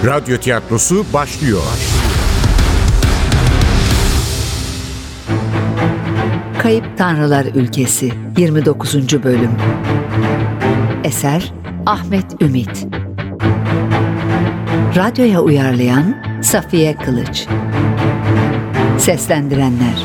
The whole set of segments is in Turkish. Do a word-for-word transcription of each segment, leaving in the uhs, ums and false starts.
Radyo tiyatrosu başlıyor. Kayıp Tanrılar Ülkesi yirmi dokuzuncu Bölüm. Eser Ahmet Ümit. Radyoya uyarlayan Safiye Kılıç. Seslendirenler: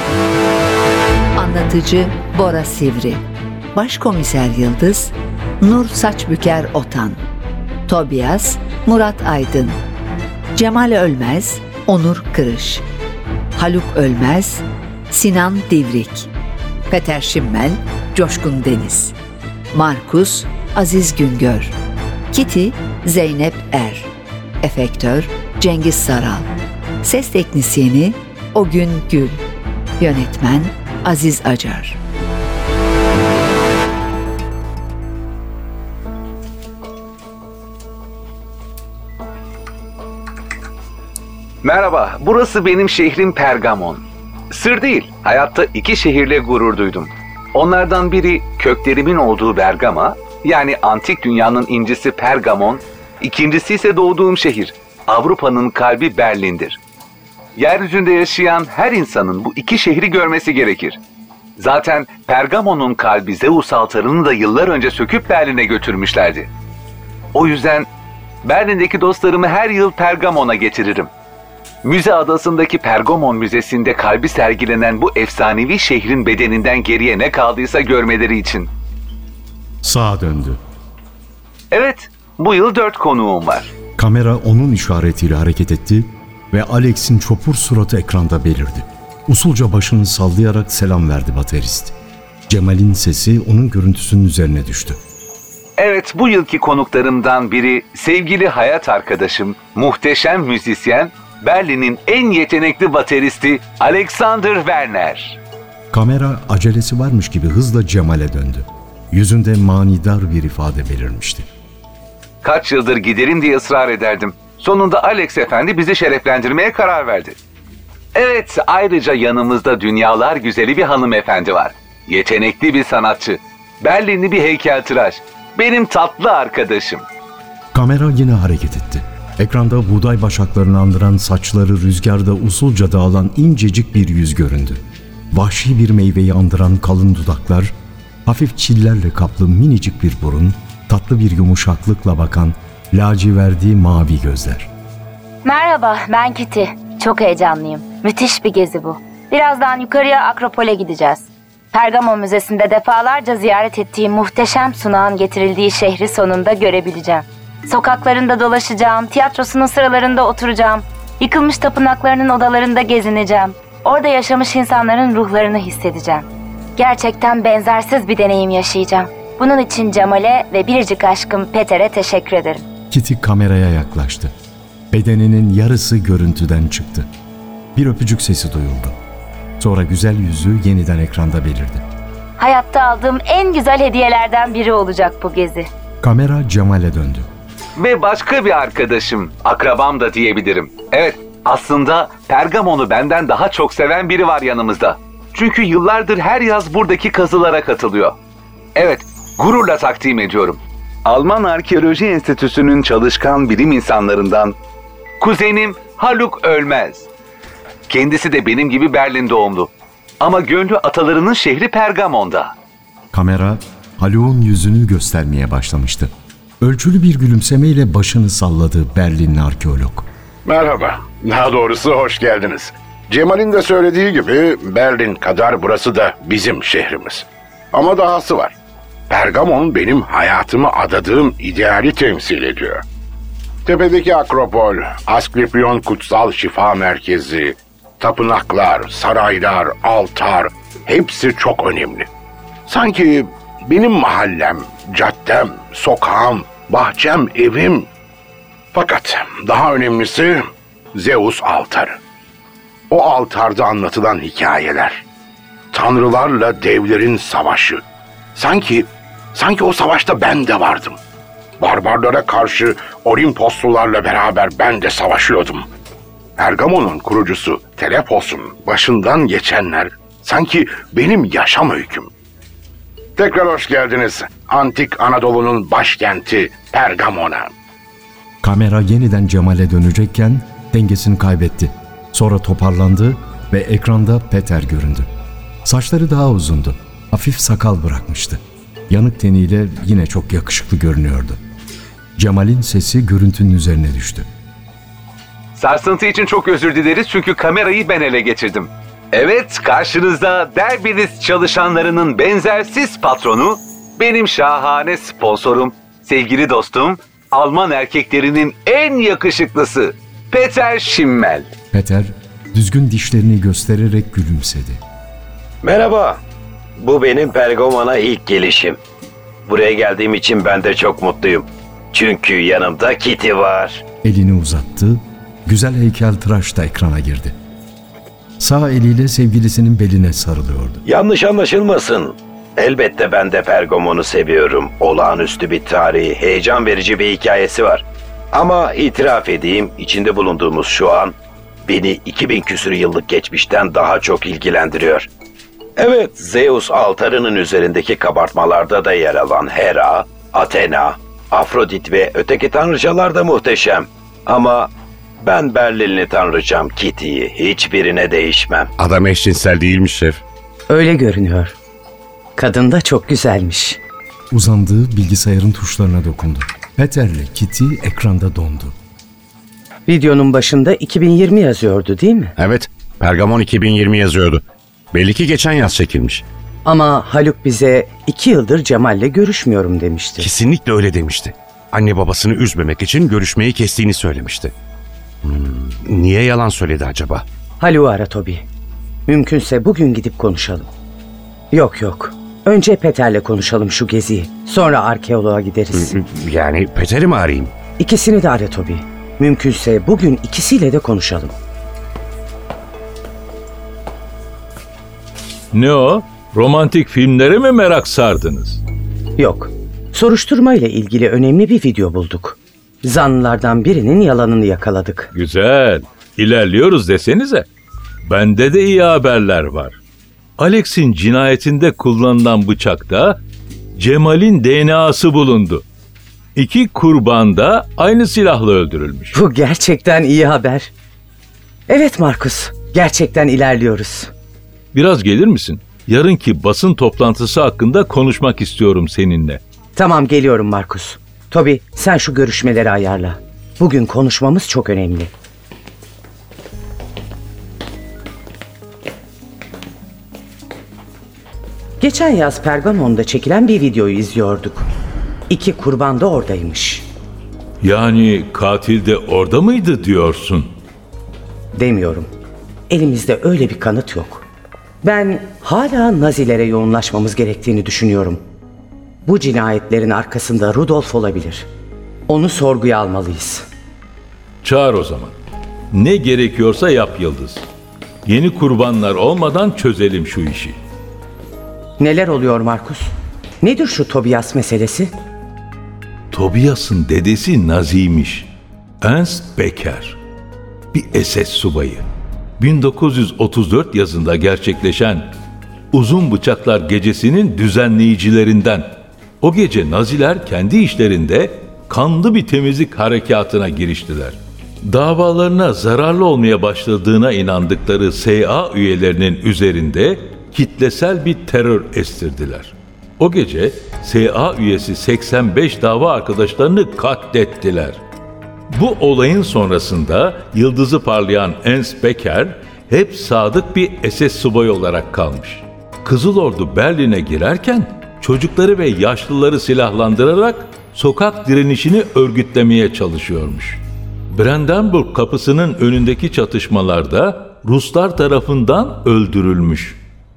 Anlatıcı Bora Sivri, Başkomiser Yıldız Nur Saçbüker Otan, Tobias Murat Aydın, Cemal Ölmez Onur Kırış, Haluk Ölmez Sinan Divrik, Peter Şimmel Coşkun Deniz, Markus Aziz Güngör, Kitty Zeynep Er, Efektör Cengiz Saral, Ses Teknisyeni Ogün Gül, Yönetmen Aziz Acar. Merhaba, burası benim şehrim Pergamon. Sır değil, hayatta iki şehirle gurur duydum. Onlardan biri köklerimin olduğu Bergama, yani antik dünyanın incisi Pergamon, ikincisi ise doğduğum şehir, Avrupa'nın kalbi Berlin'dir. Yeryüzünde yaşayan her insanın bu iki şehri görmesi gerekir. Zaten Pergamon'un kalbi Zeus altarını da yıllar önce söküp Berlin'e götürmüşlerdi. O yüzden Berlin'deki dostlarımı her yıl Pergamon'a getiririm. Müze adasındaki Pergamon Müzesi'nde kalbi sergilenen bu efsanevi şehrin bedeninden geriye ne kaldıysa görmeleri için. Sağa döndü. Evet, bu yıl dört konuğum var. Kamera onun işaretiyle hareket etti ve Alex'in çopur suratı ekranda belirdi. Usulca başını sallayarak selam verdi baterist. Cemal'in sesi onun görüntüsünün üzerine düştü. Evet, bu yılki konuklarımdan biri sevgili hayat arkadaşım, muhteşem müzisyen, Berlin'in en yetenekli bateristi Alexander Werner. Kamera acelesi varmış gibi hızla Cemal'e döndü. Yüzünde manidar bir ifade belirmişti. Kaç yıldır giderim diye ısrar ederdim. Sonunda Alex Efendi bizi şereflendirmeye karar verdi. Evet, ayrıca yanımızda dünyalar güzeli bir hanımefendi var. Yetenekli bir sanatçı. Berlinli bir heykeltıraş. Benim tatlı arkadaşım. Kamera yine hareket etti. Ekranda buğday başaklarını andıran saçları rüzgarda usulca dağılan incecik bir yüz göründü. Vahşi bir meyveyi andıran kalın dudaklar, hafif çillerle kaplı minicik bir burun, tatlı bir yumuşaklıkla bakan laciverdi mavi gözler. Merhaba, ben Kitty. Çok heyecanlıyım. Müthiş bir gezi bu. Birazdan yukarıya Akropol'e gideceğiz. Pergamon Müzesi'nde defalarca ziyaret ettiğim muhteşem sunağın getirildiği şehri sonunda görebileceğim. Sokaklarında dolaşacağım, tiyatrosunun sıralarında oturacağım, yıkılmış tapınaklarının odalarında gezineceğim. Orada yaşamış insanların ruhlarını hissedeceğim. Gerçekten benzersiz bir deneyim yaşayacağım. Bunun için Cemal'e ve biricik aşkım Peter'e teşekkür ederim. Kitty kameraya yaklaştı. Bedeninin yarısı görüntüden çıktı. Bir öpücük sesi duyuldu. Sonra güzel yüzü yeniden ekranda belirdi. Hayatta aldığım en güzel hediyelerden biri olacak bu gezi. Kamera Cemal'e döndü. Ve başka bir arkadaşım, akrabam da diyebilirim. Evet, aslında Pergamon'u benden daha çok seven biri var yanımızda. Çünkü yıllardır her yaz buradaki kazılara katılıyor. Evet, gururla takdim ediyorum. Alman Arkeoloji Enstitüsü'nün çalışkan bilim insanlarından kuzenim Haluk Ölmez. Kendisi de benim gibi Berlin doğumlu. Ama gönlü atalarının şehri Pergamon'da. Kamera Haluk'un yüzünü göstermeye başlamıştı. Ölçülü bir gülümsemeyle başını salladı Berlinli arkeolog. Merhaba, daha doğrusu hoş geldiniz. Cemal'in de söylediği gibi Berlin kadar burası da bizim şehrimiz. Ama dahası var. Pergamon benim hayatımı adadığım ideali temsil ediyor. Tepedeki Akropol, Asklepion Kutsal Şifa Merkezi, tapınaklar, saraylar, altar hepsi çok önemli. Sanki benim mahallem, caddem, sokağım, bahçem, evim. Fakat daha önemlisi Zeus altarı. O altarda anlatılan hikayeler. Tanrılarla devlerin savaşı. Sanki, sanki o savaşta ben de vardım. Barbarlara karşı Olimposlularla beraber ben de savaşıyordum. Pergamon'un kurucusu Telepos'un başından geçenler sanki benim yaşam öyküm. Tekrar hoş geldiniz antik Anadolu'nun başkenti Pergamon'a. Kamera yeniden Cemal'e dönecekken dengesini kaybetti. Sonra toparlandı ve ekranda Peter göründü. Saçları daha uzundu. Hafif sakal bırakmıştı. Yanık teniyle yine çok yakışıklı görünüyordu. Cemal'in sesi görüntünün üzerine düştü. Sarsıntı için çok özür dileriz çünkü kamerayı ben ele geçirdim. Evet, karşınızda Derbilis çalışanlarının benzersiz patronu, benim şahane sponsorum, sevgili dostum, Alman erkeklerinin en yakışıklısı Peter Schimmel. Peter düzgün dişlerini göstererek gülümsedi. Merhaba. Bu benim Pergamon'a ilk gelişim. Buraya geldiğim için ben de çok mutluyum. Çünkü yanımda Kitty var. Elini uzattı, güzel heykeltıraş da ekrana girdi. Sağ eliyle sevgilisinin beline sarılıyordu. Yanlış anlaşılmasın. Elbette ben de Pergamon'u seviyorum. Olağanüstü bir tarihi, heyecan verici bir hikayesi var. Ama itiraf edeyim, içinde bulunduğumuz şu an beni iki bin küsur yıllık geçmişten daha çok ilgilendiriyor. Evet, Zeus altarının üzerindeki kabartmalarda da yer alan Hera, Athena, Afrodit ve öteki tanrıçalar da muhteşem. Ama ben Berlinli tanrıçam Kitty'yi hiçbirine değişmem. Adam eşcinsel değilmiş şef. Öyle görünüyor. Kadın da çok güzelmiş. Uzandığı bilgisayarın tuşlarına dokundu. Peter'le Kitty ekranda dondu. Videonun başında iki bin yirmi yazıyordu değil mi? Evet, Pergamon iki bin yirmi yazıyordu. Belli ki geçen yaz çekilmiş. Ama Haluk bize iki yıldır Cemal'le görüşmüyorum demişti. Kesinlikle öyle demişti. Anne babasını üzmemek için görüşmeyi kestiğini söylemişti. Hmm, niye yalan söyledi acaba? Haluk'u ara Toby. Mümkünse bugün gidip konuşalım. Yok yok. Önce Peter'le konuşalım şu geziyi. Sonra arkeoloğa gideriz. Yani Peter'i mi arayayım? İkisini de ara Toby. Mümkünse bugün ikisiyle de konuşalım. Ne o? Romantik filmlere mi merak sardınız? Yok. Soruşturma ile ilgili önemli bir video bulduk. Zanlılardan birinin yalanını yakaladık. Güzel. İlerliyoruz desenize. Bende de iyi haberler var. Alex'in cinayetinde kullanılan bıçakta Cemal'in D N A'sı bulundu. İki kurban da aynı silahla öldürülmüş. Bu gerçekten iyi haber. Evet Markus, gerçekten ilerliyoruz. Biraz gelir misin? Yarınki basın toplantısı hakkında konuşmak istiyorum seninle. Tamam, geliyorum Markus. Toby, sen şu görüşmeleri ayarla. Bugün konuşmamız çok önemli. Geçen yaz Pergamon'da çekilen bir videoyu izliyorduk. İki kurban da oradaymış. Yani katil de orada mıydı diyorsun? Demiyorum. Elimizde öyle bir kanıt yok. Ben hala Nazilere yoğunlaşmamız gerektiğini düşünüyorum. Bu cinayetlerin arkasında Rudolf olabilir. Onu sorguya almalıyız. Çağır o zaman. Ne gerekiyorsa yap Yıldız. Yeni kurbanlar olmadan çözelim şu işi. Neler oluyor Markus? Nedir şu Tobias meselesi? Tobias'ın dedesi Nazi'ymiş. Ernst Becker. Bir S S subayı. bin dokuz yüz otuz dört yazında gerçekleşen Uzun Bıçaklar Gecesi'nin düzenleyicilerinden. O gece Naziler kendi işlerinde kanlı bir temizlik harekatına giriştiler. Davalarına zararlı olmaya başladığına inandıkları S A üyelerinin üzerinde kitlesel bir terör estirdiler. O gece S A üyesi seksen beş dava arkadaşlarını katlettiler. Bu olayın sonrasında yıldızı parlayan Ernst Becker hep sadık bir S S subayı olarak kalmış. Kızıl Ordu Berlin'e girerken çocukları ve yaşlıları silahlandırarak sokak direnişini örgütlemeye çalışıyormuş. Brandenburg kapısının önündeki çatışmalarda Ruslar tarafından öldürülmüş.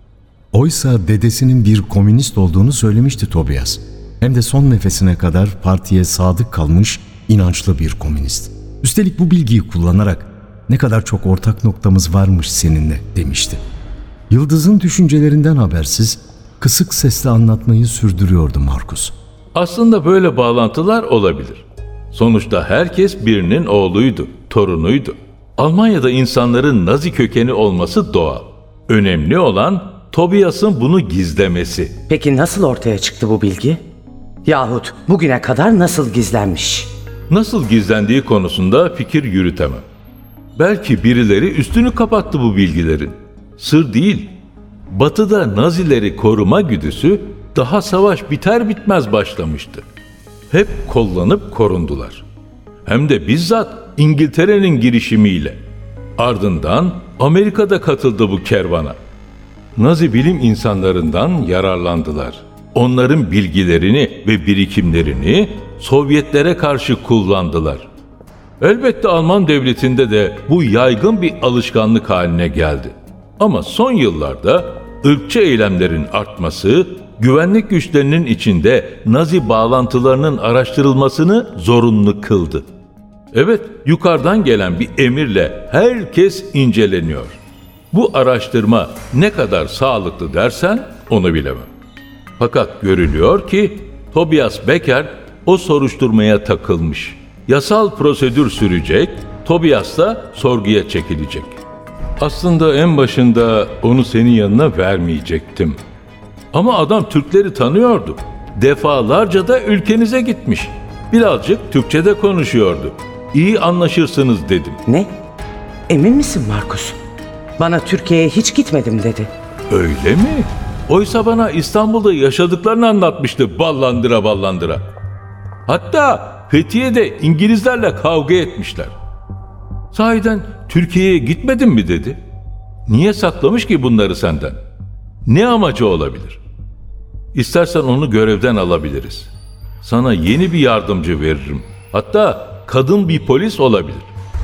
Oysa dedesinin bir komünist olduğunu söylemişti Tobias. Hem de son nefesine kadar partiye sadık kalmış, inançlı bir komünist. Üstelik bu bilgiyi kullanarak ne kadar çok ortak noktamız varmış seninle demişti. Yıldız'ın düşüncelerinden habersiz kısık sesle anlatmayı sürdürüyordu Markus. Aslında böyle bağlantılar olabilir. Sonuçta herkes birinin oğluydu, torunuydu. Almanya'da insanların Nazi kökeni olması doğal. Önemli olan Tobias'ın bunu gizlemesi. Peki nasıl ortaya çıktı bu bilgi? Yahut bugüne kadar nasıl gizlenmiş? nasıl gizlendiği konusunda fikir yürütemem. Belki birileri üstünü kapattı bu bilgilerin. Sır değil. Batı'da Nazileri koruma güdüsü daha savaş biter bitmez başlamıştı. Hep kollanıp korundular. Hem de bizzat İngiltere'nin girişimiyle. Ardından Amerika'da katıldı bu kervana. Nazi bilim insanlarından yararlandılar. Onların bilgilerini ve birikimlerini Sovyetlere karşı kullandılar. Elbette Alman devletinde de bu yaygın bir alışkanlık haline geldi. Ama son yıllarda ırkçı eylemlerin artması, güvenlik güçlerinin içinde Nazi bağlantılarının araştırılmasını zorunlu kıldı. Evet, yukarıdan gelen bir emirle herkes inceleniyor. Bu araştırma ne kadar sağlıklı dersen onu bilemem. Fakat görülüyor ki Tobias Becker o soruşturmaya takılmış. Yasal prosedür sürecek, Tobias da sorguya çekilecek. Aslında en başında onu senin yanına vermeyecektim. Ama adam Türkleri tanıyordu. Defalarca da ülkenize gitmiş. Birazcık Türkçe'de konuşuyordu. İyi anlaşırsınız dedim. Ne? Emin misin Markus? Bana Türkiye'ye hiç gitmedim dedi. Öyle mi? Oysa bana İstanbul'da yaşadıklarını anlatmıştı ballandıra ballandıra. Hatta Fethiye'de İngilizlerle kavga etmişler. Sahiden Türkiye'ye gitmedin mi dedi. Niye saklamış ki bunları senden? Ne amacı olabilir? İstersen onu görevden alabiliriz. Sana yeni bir yardımcı veririm. Hatta kadın bir polis olabilir.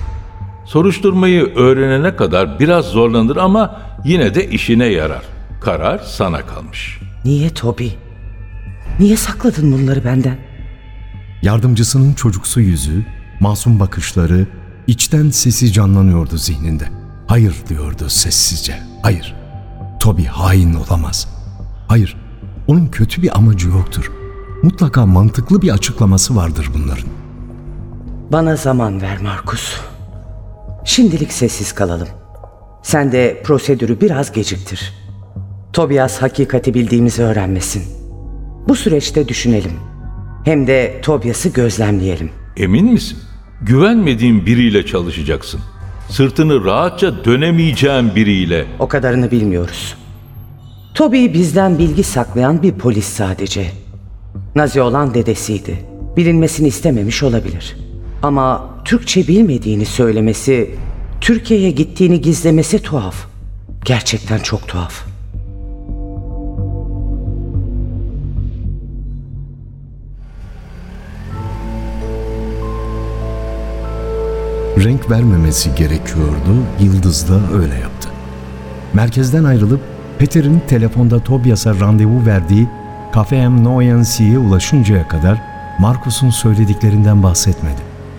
Soruşturmayı öğrenene kadar biraz zorlanır ama yine de işine yarar. Karar sana kalmış. Niye Toby? Niye sakladın bunları benden? Yardımcısının çocuksu yüzü, masum bakışları, içten sesi canlanıyordu zihninde. Hayır diyordu sessizce. Hayır. Toby hain olamaz. Hayır. Onun kötü bir amacı yoktur. Mutlaka mantıklı bir açıklaması vardır bunların. Bana zaman ver Markus. Şimdilik sessiz kalalım. Sen de prosedürü biraz geciktir. Tobias hakikati bildiğimizi öğrenmesin. Bu süreçte düşünelim. Hem de Tobias'ı gözlemleyelim. Emin misin? Güvenmediğin biriyle çalışacaksın. Sırtını rahatça dönemeyeceğin biriyle. O kadarını bilmiyoruz. Toby bizden bilgi saklayan bir polis sadece. Nazi olan dedesiydi. Bilinmesini istememiş olabilir. Ama Türkçe bilmediğini söylemesi, Türkiye'ye gittiğini gizlemesi tuhaf. Gerçekten çok tuhaf. Renk vermemesi gerekiyordu, Yıldız da öyle yaptı. Merkezden ayrılıp Peter'in telefonda Tobias'a randevu verdiği Cafe am Neuen See'ye ulaşıncaya kadar Markus'un söylediklerinden bahsetmedi.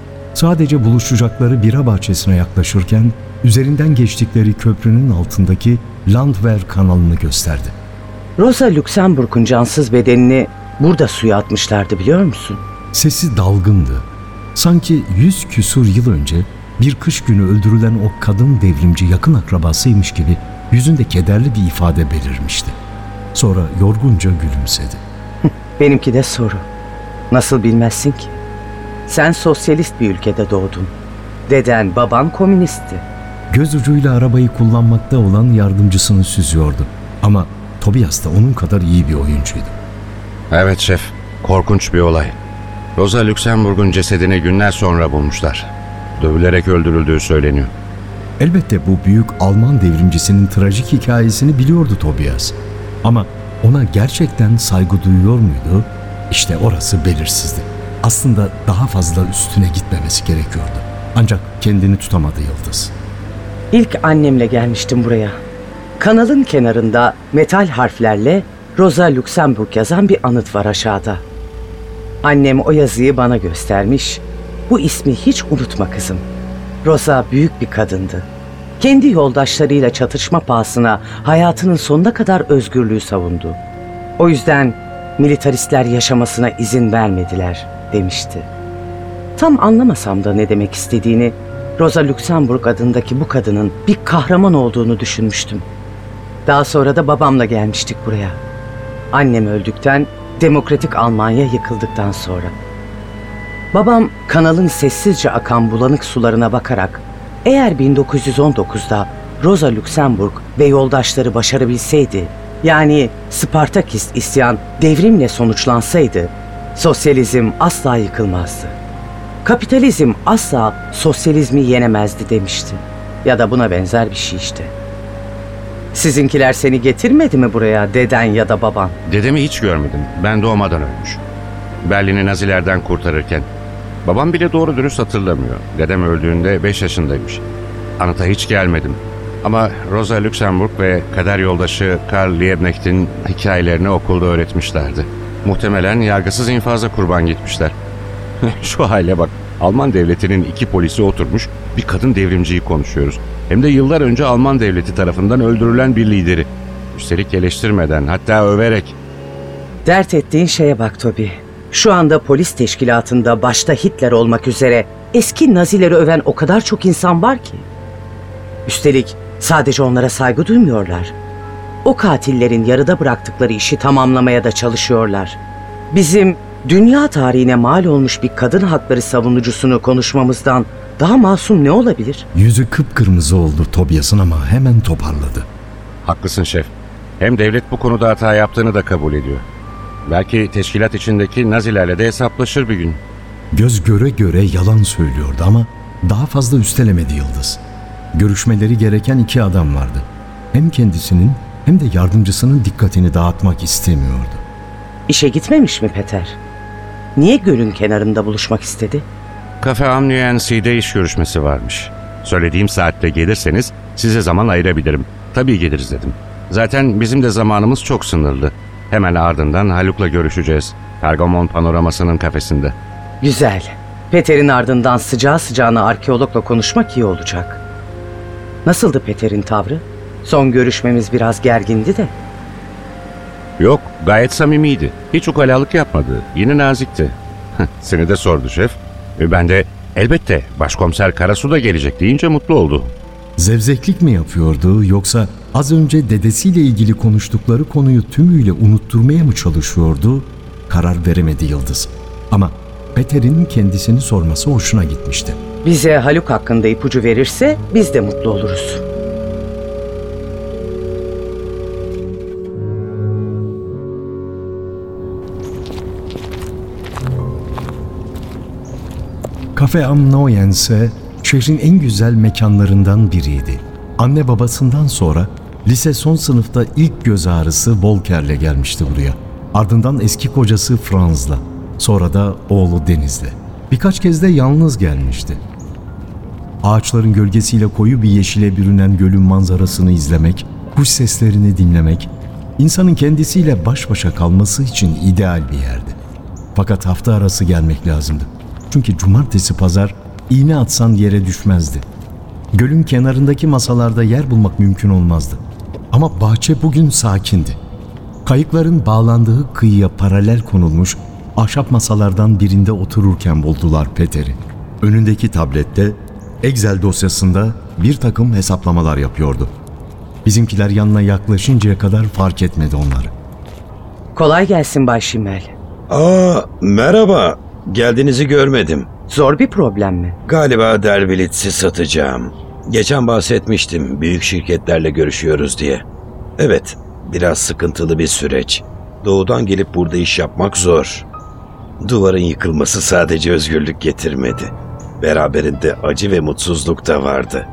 Sadece buluşacakları bira bahçesine yaklaşırken üzerinden geçtikleri köprünün altındaki Landwehr kanalını gösterdi. Rosa Luxemburg'un cansız bedenini burada suya atmışlardı, biliyor musun? Sesi dalgındı. Sanki yüz küsur yıl önce bir kış günü öldürülen o kadın devrimci yakın akrabasıymış gibi yüzünde kederli bir ifade belirmişti. Sonra yorgunca gülümsedi. Benimki de soru. Nasıl bilmezsin ki? Sen sosyalist bir ülkede doğdun. Deden, baban komünistti. Göz ucuyla arabayı kullanmakta olan yardımcısını süzüyordu. Ama Tobias da onun kadar iyi bir oyuncuydu. Evet şef, korkunç bir olay. Rosa Luxemburg'un cesedini günler sonra bulmuşlar. Dövülerek öldürüldüğü söyleniyor. Elbette bu büyük Alman devrimcisinin trajik hikayesini biliyordu Tobias. Ama ona gerçekten saygı duyuyor muydu? İşte orası belirsizdi. Aslında daha fazla üstüne gitmemesi gerekiyordu. Ancak kendini tutamadı Yıldız. İlk annemle gelmiştim buraya. Kanalın kenarında metal harflerle Rosa Luxemburg yazan bir anıt var aşağıda. Annem o yazıyı bana göstermiş. Bu ismi hiç unutma kızım. Rosa büyük bir kadındı. Kendi yoldaşlarıyla çatışma pahasına hayatının sonuna kadar özgürlüğü savundu. O yüzden militaristler yaşamasına izin vermediler demişti. Tam anlamasam da ne demek istediğini, Rosa Luxemburg adındaki bu kadının bir kahraman olduğunu düşünmüştüm. Daha sonra da babamla gelmiştik buraya. Annem öldükten, Demokratik Almanya yıkıldıktan sonra. Babam kanalın sessizce akan bulanık sularına bakarak eğer bin dokuz yüz on dokuzda Rosa Luxemburg ve yoldaşları başarabilseydi, yani Spartakist isyan devrimle sonuçlansaydı, sosyalizm asla yıkılmazdı. Kapitalizm asla sosyalizmi yenemezdi demişti. Ya da buna benzer bir şey işte. Sizinkiler seni getirmedi mi buraya, deden ya da baban? Dedemi hiç görmedim. Ben doğmadan ölmüş. Berlin'i Nazilerden kurtarırken. Babam bile doğru dürüst hatırlamıyor. Dedem öldüğünde beş yaşındaymış. Anıta hiç gelmedim. Ama Rosa Luxemburg ve kader yoldaşı Karl Liebknecht'in hikayelerini okulda öğretmişlerdi. Muhtemelen yargısız infaza kurban gitmişler. Şu hale bak. Alman devletinin iki polisi oturmuş bir kadın devrimciyi konuşuyoruz. Hem de yıllar önce Alman devleti tarafından öldürülen bir lideri. Üstelik eleştirmeden, hatta överek. Dert ettiğin şeye bak Toby. Şu anda polis teşkilatında başta Hitler olmak üzere eski Nazileri öven o kadar çok insan var ki. Üstelik sadece onlara saygı duymuyorlar. O katillerin yarıda bıraktıkları işi tamamlamaya da çalışıyorlar. Bizim dünya tarihine mal olmuş bir kadın hakları savunucusunu konuşmamızdan daha masum ne olabilir? Yüzü kıpkırmızı oldu Tobias'ın ama hemen toparladı. Haklısın şef. Hem devlet bu konuda hata yaptığını da kabul ediyor. Belki teşkilat içindeki Nazilerle de hesaplaşır bir gün. Göz göre göre yalan söylüyordu ama daha fazla üstelemedi Yıldız. Görüşmeleri gereken iki adam vardı. Hem kendisinin hem de yardımcısının dikkatini dağıtmak istemiyordu. İşe gitmemiş mi Peter? Niye gölün kenarında buluşmak istedi? Cafe Amnuensi'de iş görüşmesi varmış. Söylediğim saatte gelirseniz size zaman ayırabilirim. Tabii geliriz dedim. Zaten bizim de zamanımız çok sınırlı. Hemen ardından Haluk'la görüşeceğiz. Pergamon panoramasının kafesinde. Güzel. Peter'in ardından sıcağı sıcağına arkeologla konuşmak iyi olacak. Nasıldı Peter'in tavrı? Son görüşmemiz biraz gergindi de. Yok, gayet samimiydi. Hiç ukalalık yapmadı. Yine nazikti. Seni de sordu şef. Ve ben de elbette Başkomiser Karasu da gelecek deyince mutlu oldu. Zevzeklik mi yapıyordu yoksa az önce dedesiyle ilgili konuştukları konuyu tümüyle unutturmaya mı çalışıyordu? Karar veremedi Yıldız. Ama Peter'in kendisini sorması hoşuna gitmişti. Bize Haluk hakkında ipucu verirse biz de mutlu oluruz. Cafe Amnoyense şehrin en güzel mekanlarından biriydi. Anne babasından sonra lise son sınıfta ilk göz ağrısı Volker'le gelmişti buraya. Ardından eski kocası Franz'la, sonra da oğlu Deniz'le. Birkaç kez de yalnız gelmişti. Ağaçların gölgesiyle koyu bir yeşile bürünen gölün manzarasını izlemek, kuş seslerini dinlemek, insanın kendisiyle baş başa kalması için ideal bir yerdi. Fakat hafta arası gelmek lazımdı. Çünkü cumartesi pazar iğne atsan yere düşmezdi. Gölün kenarındaki masalarda yer bulmak mümkün olmazdı. Ama bahçe bugün sakindi. Kayıkların bağlandığı kıyıya paralel konulmuş ahşap masalardan birinde otururken buldular Peter'i. Önündeki tablette Excel dosyasında bir takım hesaplamalar yapıyordu. Bizimkiler yanına yaklaşıncaya kadar fark etmedi onları. Kolay gelsin Bay Schimmel. Aa, merhaba. Geldiğinizi görmedim. Zor bir problem mi? Galiba Derbilitz'i satacağım. Geçen bahsetmiştim büyük şirketlerle görüşüyoruz diye. Evet, biraz sıkıntılı bir süreç. Doğudan gelip burada iş yapmak zor. Duvarın yıkılması sadece özgürlük getirmedi. Beraberinde acı ve mutsuzluk da vardı.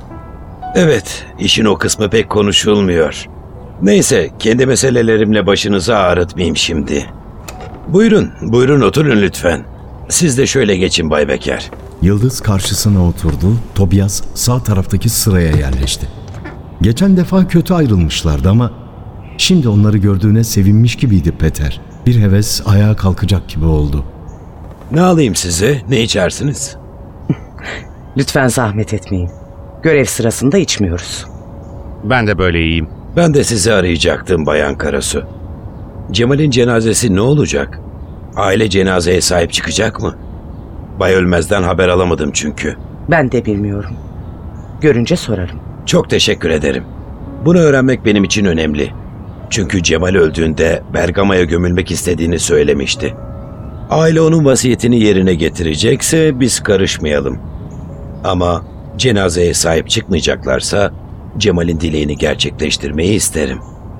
Evet, işin o kısmı pek konuşulmuyor. Neyse, kendi meselelerimle başınızı ağrıtmayayım şimdi. Buyurun, buyurun oturun lütfen. Siz de şöyle geçin Bay Becker. Yıldız karşısına oturdu, Tobias sağ taraftaki sıraya yerleşti. Geçen defa kötü ayrılmışlardı ama şimdi onları gördüğüne sevinmiş gibiydi Peter. Bir heves ayağa kalkacak gibi oldu. Ne alayım size, ne içersiniz? Lütfen zahmet etmeyin. Görev sırasında içmiyoruz. Ben de böyle iyiyim. Ben de sizi arayacaktım Bayan Karasu. Cemal'in cenazesi ne olacak? Aile cenazeye sahip çıkacak mı? Bay Ölmez'den haber alamadım çünkü. Ben de bilmiyorum. Görünce sorarım. Çok teşekkür ederim. Bunu öğrenmek benim için önemli. Çünkü Cemal öldüğünde Bergama'ya gömülmek istediğini söylemişti. Aile onun vasiyetini yerine getirecekse biz karışmayalım. Ama cenazeye sahip çıkmayacaklarsa Cemal'in dileğini gerçekleştirmeyi isterim.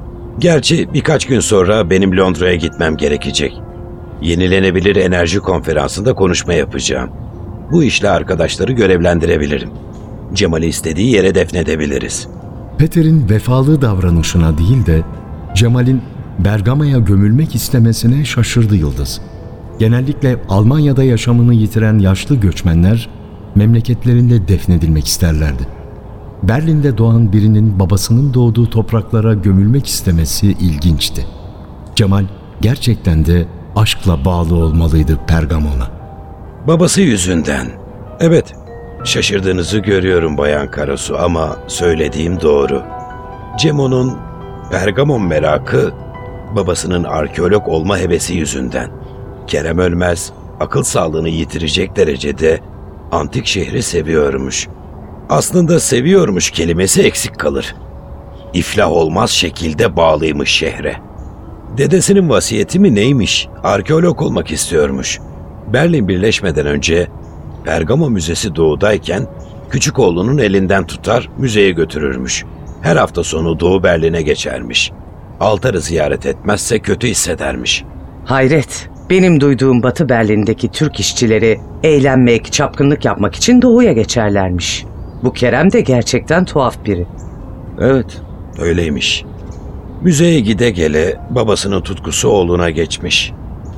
Gerçi birkaç gün sonra benim Londra'ya gitmem gerekecek. Yenilenebilir enerji konferansında konuşma yapacağım. Bu işle arkadaşları görevlendirebilirim. Cemal'i istediği yere defnedebiliriz. Peter'in vefalı davranışına değil de Cemal'in Bergama'ya gömülmek istemesine şaşırdı Yıldız. Genellikle Almanya'da yaşamını yitiren yaşlı göçmenler memleketlerinde defnedilmek isterlerdi. Berlin'de doğan birinin babasının doğduğu topraklara gömülmek istemesi ilginçti. Cemal gerçekten de aşkla bağlı olmalıydı Pergamon'a. Babası yüzünden. Evet, şaşırdığınızı görüyorum Bayan Karasu ama söylediğim doğru. Cemo'nun Pergamon merakı babasının arkeolog olma hevesi yüzünden. Kerem Ölmez akıl sağlığını yitirecek derecede antik şehri seviyormuş. Aslında seviyormuş kelimesi eksik kalır. İflah olmaz şekilde bağlıymış şehre. Dedesinin vasiyeti mi neymiş? Arkeolog olmak istiyormuş. Berlin birleşmeden önce Pergamon Müzesi doğudayken küçük oğlunun elinden tutar müzeye götürürmüş. Her hafta sonu Doğu Berlin'e geçermiş. Altarı ziyaret etmezse kötü hissedermiş. Hayret, benim duyduğum Batı Berlin'deki Türk işçileri eğlenmek, çapkınlık yapmak için doğuya geçerlermiş. Bu Kerem de gerçekten tuhaf biri. Evet, öyleymiş. Müzeye gide gele babasının tutkusu oğluna geçmiş.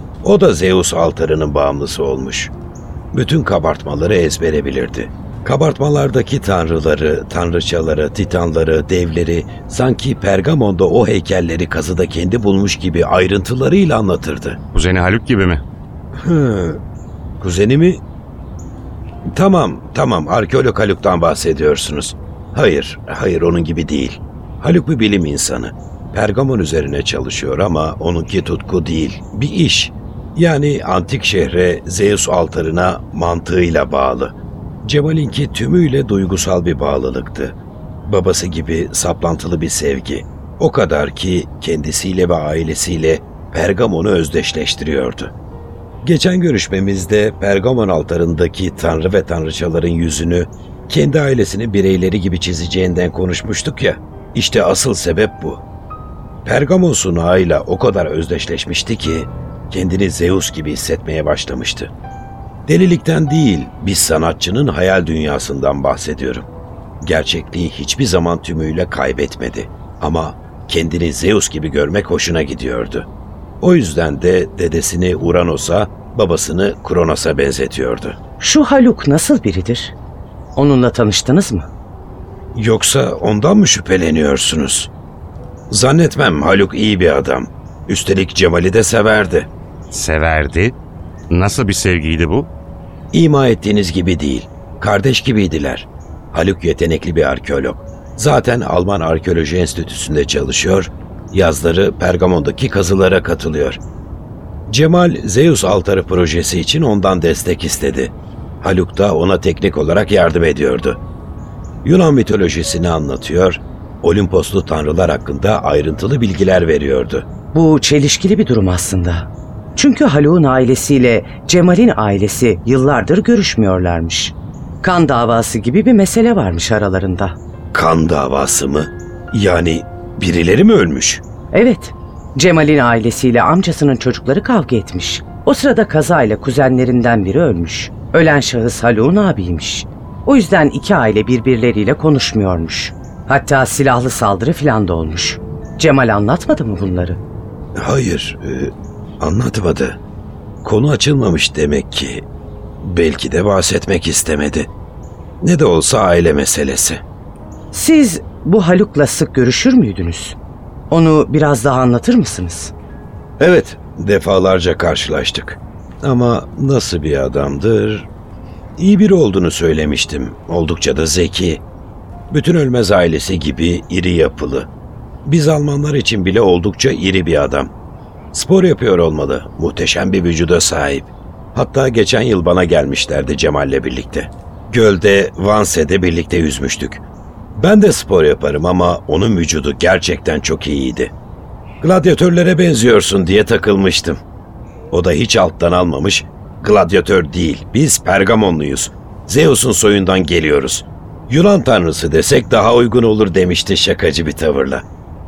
O da Zeus altarının bağımlısı olmuş. Bütün kabartmaları ezbere bilirdi. Kabartmalardaki tanrıları, tanrıçaları, titanları, devleri sanki Pergamon'da o heykelleri kazıda kendi bulmuş gibi ayrıntılarıyla anlatırdı. Kuzeni Haluk gibi mi? Hı, kuzeni mi? Tamam, tamam. Arkeolog Haluk'tan bahsediyorsunuz. Hayır, hayır onun gibi değil. Haluk bir bilim insanı. Pergamon üzerine çalışıyor ama onunki tutku değil, bir iş. Yani antik şehre, Zeus altarına mantığıyla bağlı. Cemal'inki tümüyle duygusal bir bağlılıktı. Babası gibi saplantılı bir sevgi. O kadar ki kendisiyle ve ailesiyle Pergamon'u özdeşleştiriyordu. Geçen görüşmemizde Pergamon altarındaki tanrı ve tanrıçaların yüzünü kendi ailesinin bireyleri gibi çizeceğinden konuşmuştuk ya. İşte asıl sebep bu. Pergamon sunağıyla o kadar özdeşleşmişti ki kendini Zeus gibi hissetmeye başlamıştı. Delilikten değil, bir sanatçının hayal dünyasından bahsediyorum. Gerçekliği hiçbir zaman tümüyle kaybetmedi ama kendini Zeus gibi görmek hoşuna gidiyordu. O yüzden de dedesini Uranos'a, babasını Kronos'a benzetiyordu. Şu Haluk nasıl biridir? Onunla tanıştınız mı? Yoksa ondan mı şüpheleniyorsunuz? Zannetmem, Haluk iyi bir adam. Üstelik Cemal'i de severdi. Severdi. Nasıl bir sevgiydi bu? İma ettiğiniz gibi değil. Kardeş gibiydiler. Haluk yetenekli bir arkeolog. Zaten Alman Arkeoloji Enstitüsü'nde çalışıyor, yazları Pergamon'daki kazılara katılıyor. Cemal, Zeus altarı projesi için ondan destek istedi. Haluk da ona teknik olarak yardım ediyordu. Yunan mitolojisini anlatıyor, Olimposlu tanrılar hakkında ayrıntılı bilgiler veriyordu. Bu çelişkili bir durum aslında. Çünkü Haluk'un ailesiyle Cemal'in ailesi yıllardır görüşmüyorlarmış. Kan davası gibi bir mesele varmış aralarında. Kan davası mı? Yani birileri mi ölmüş? Evet, Cemal'in ailesiyle amcasının çocukları kavga etmiş. O sırada kazayla kuzenlerinden biri ölmüş. Ölen şahıs Haluk'un abiymiş. O yüzden iki aile birbirleriyle konuşmuyormuş. Hatta silahlı saldırı falan da olmuş. Cemal anlatmadı mı bunları? Hayır, e, anlatmadı. Konu açılmamış demek ki. Belki de bahsetmek istemedi. Ne de olsa aile meselesi. Siz bu Haluk'la sık görüşür müydünüz? Onu biraz daha anlatır mısınız? Evet, defalarca karşılaştık. Ama nasıl bir adamdır? İyi biri olduğunu söylemiştim. Oldukça da zeki. Bütün Ölmez ailesi gibi iri yapılı. Biz Almanlar için bile oldukça iri bir adam. Spor yapıyor olmalı. Muhteşem bir vücuda sahip. Hatta geçen yıl bana gelmişlerdi Cemal'le birlikte. Gölde, Vanse'de birlikte yüzmüştük. Ben de spor yaparım ama onun vücudu gerçekten çok iyiydi. Gladyatörlere benziyorsun diye takılmıştım. O da hiç alttan almamış. Gladyatör değil, biz Pergamonluyuz. Zeus'un soyundan geliyoruz. Yunan tanrısı desek daha uygun olur demişti şakacı bir tavırla.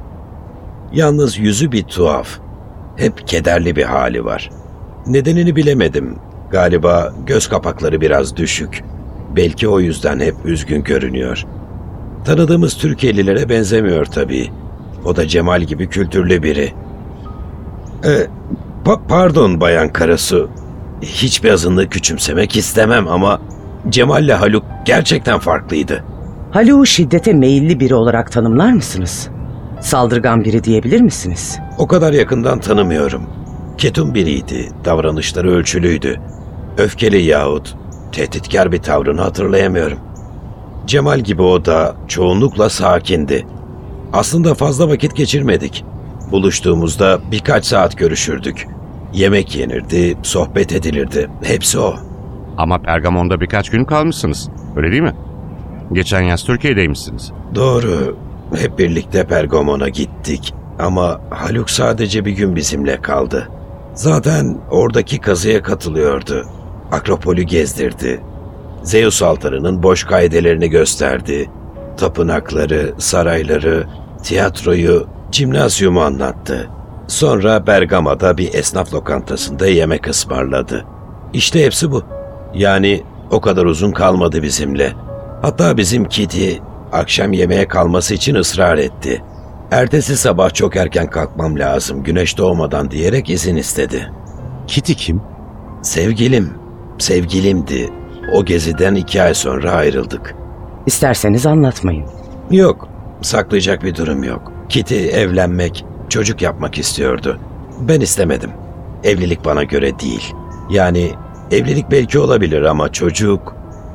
Yalnız yüzü bir tuhaf. Hep kederli bir hali var. Nedenini bilemedim. Galiba göz kapakları biraz düşük. Belki o yüzden hep üzgün görünüyor. Tanıdığımız Türkiye'lilere benzemiyor tabii. O da Cemal gibi kültürlü biri. E, pa- pardon Bayan Karasu. Hiçbir azınlığı küçümsemek istemem ama Cemal'le Haluk gerçekten farklıydı. Haluk'u şiddete meyilli biri olarak tanımlar mısınız? Saldırgan biri diyebilir misiniz? O kadar yakından tanımıyorum. Ketum biriydi, davranışları ölçülüydü. Öfkeli yahut tehditkar bir tavrını hatırlayamıyorum. Cemal gibi o da çoğunlukla sakindi. Aslında fazla vakit geçirmedik. Buluştuğumuzda birkaç saat görüşürdük. Yemek yenirdi, sohbet edilirdi. Hepsi o. Ama Pergamon'da birkaç gün kalmışsınız. Öyle değil mi? Geçen yaz Türkiye'deymişsiniz. Doğru. Hep birlikte Pergamon'a gittik. Ama Haluk sadece bir gün bizimle kaldı. Zaten oradaki kazıya katılıyordu. Akropolü gezdirdi. Zeus altarının boş kaidelerini gösterdi. Tapınakları, sarayları, tiyatroyu, jimnazyumu anlattı. Sonra Bergama'da bir esnaf lokantasında yemek ısmarladı. İşte hepsi bu. Yani o kadar uzun kalmadı bizimle. Hatta bizim Kitty akşam yemeğe kalması için ısrar etti. Ertesi sabah çok erken kalkmam lazım, güneş doğmadan diyerek izin istedi. Kitty kim? Sevgilim, sevgilimdi. O geziden iki ay sonra ayrıldık. İsterseniz anlatmayın. Yok, saklayacak bir durum yok. Kitty evlenmek, çocuk yapmak istiyordu. Ben istemedim. Evlilik bana göre değil. Yani evlilik belki olabilir ama çocuk...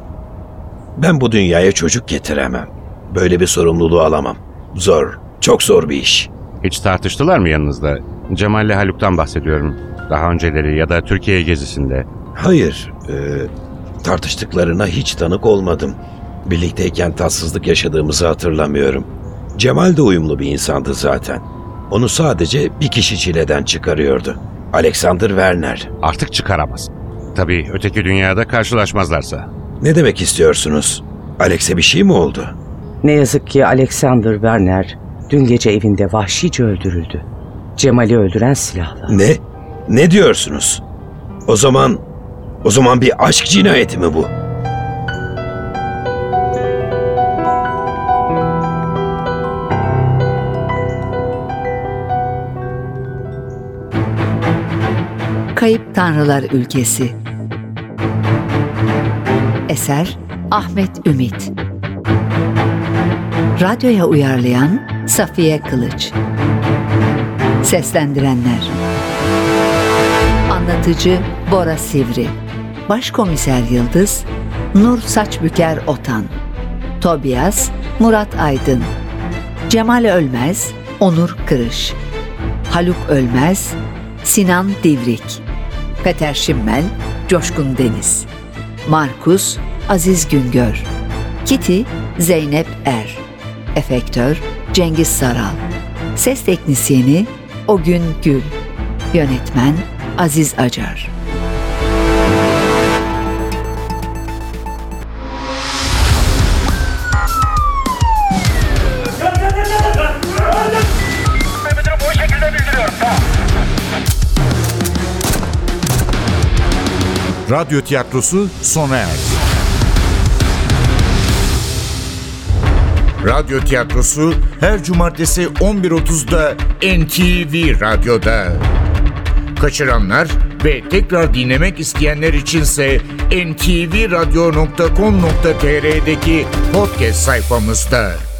Ben bu dünyaya çocuk getiremem. Böyle bir sorumluluğu alamam. Zor, çok zor bir iş. Hiç tartıştılar mı yanınızda? Cemal'le Haluk'tan bahsediyorum. Daha önceleri ya da Türkiye gezisinde. Hayır, e, tartıştıklarına hiç tanık olmadım. Birlikteyken tatsızlık yaşadığımızı hatırlamıyorum. Cemal de uyumlu bir insandı zaten. Onu sadece bir kişi çileden çıkarıyordu. Alexander Werner. Artık çıkaramaz. Tabii öteki dünyada karşılaşmazlarsa. Ne demek istiyorsunuz? Alex'e bir şey mi oldu? Ne yazık ki Alexander Werner dün gece evinde vahşice öldürüldü. Cemal'i öldüren silahla. Ne? Ne diyorsunuz? O zaman... O zaman bir aşk cinayeti mi bu? Kayıp Tanrılar Ülkesi. Eser Ahmet Ümit. Radyoya uyarlayan Safiye Kılıç. Seslendirenler: Anlatıcı Bora Sivri, Başkomiser Yıldız Nur Saçbüker Otan, Tobias Murat Aydın, Cemal Ölmez Onur Kırış, Haluk Ölmez Sinan Divrik, Peter Şimmel Coşkun Deniz, Markus Aziz Güngör, Kitty Zeynep Er, Efektör Cengiz Saral, Ses Teknisyeni Ogün Gül, Yönetmen Aziz Acar. Radyo tiyatrosu sona erdi. Radyo tiyatrosu her cumartesi on bir otuzda N T V Radyo'da. Kaçıranlar ve tekrar dinlemek isteyenler içinse en ti vi radyo nokta com nokta tr''deki podcast sayfamızda.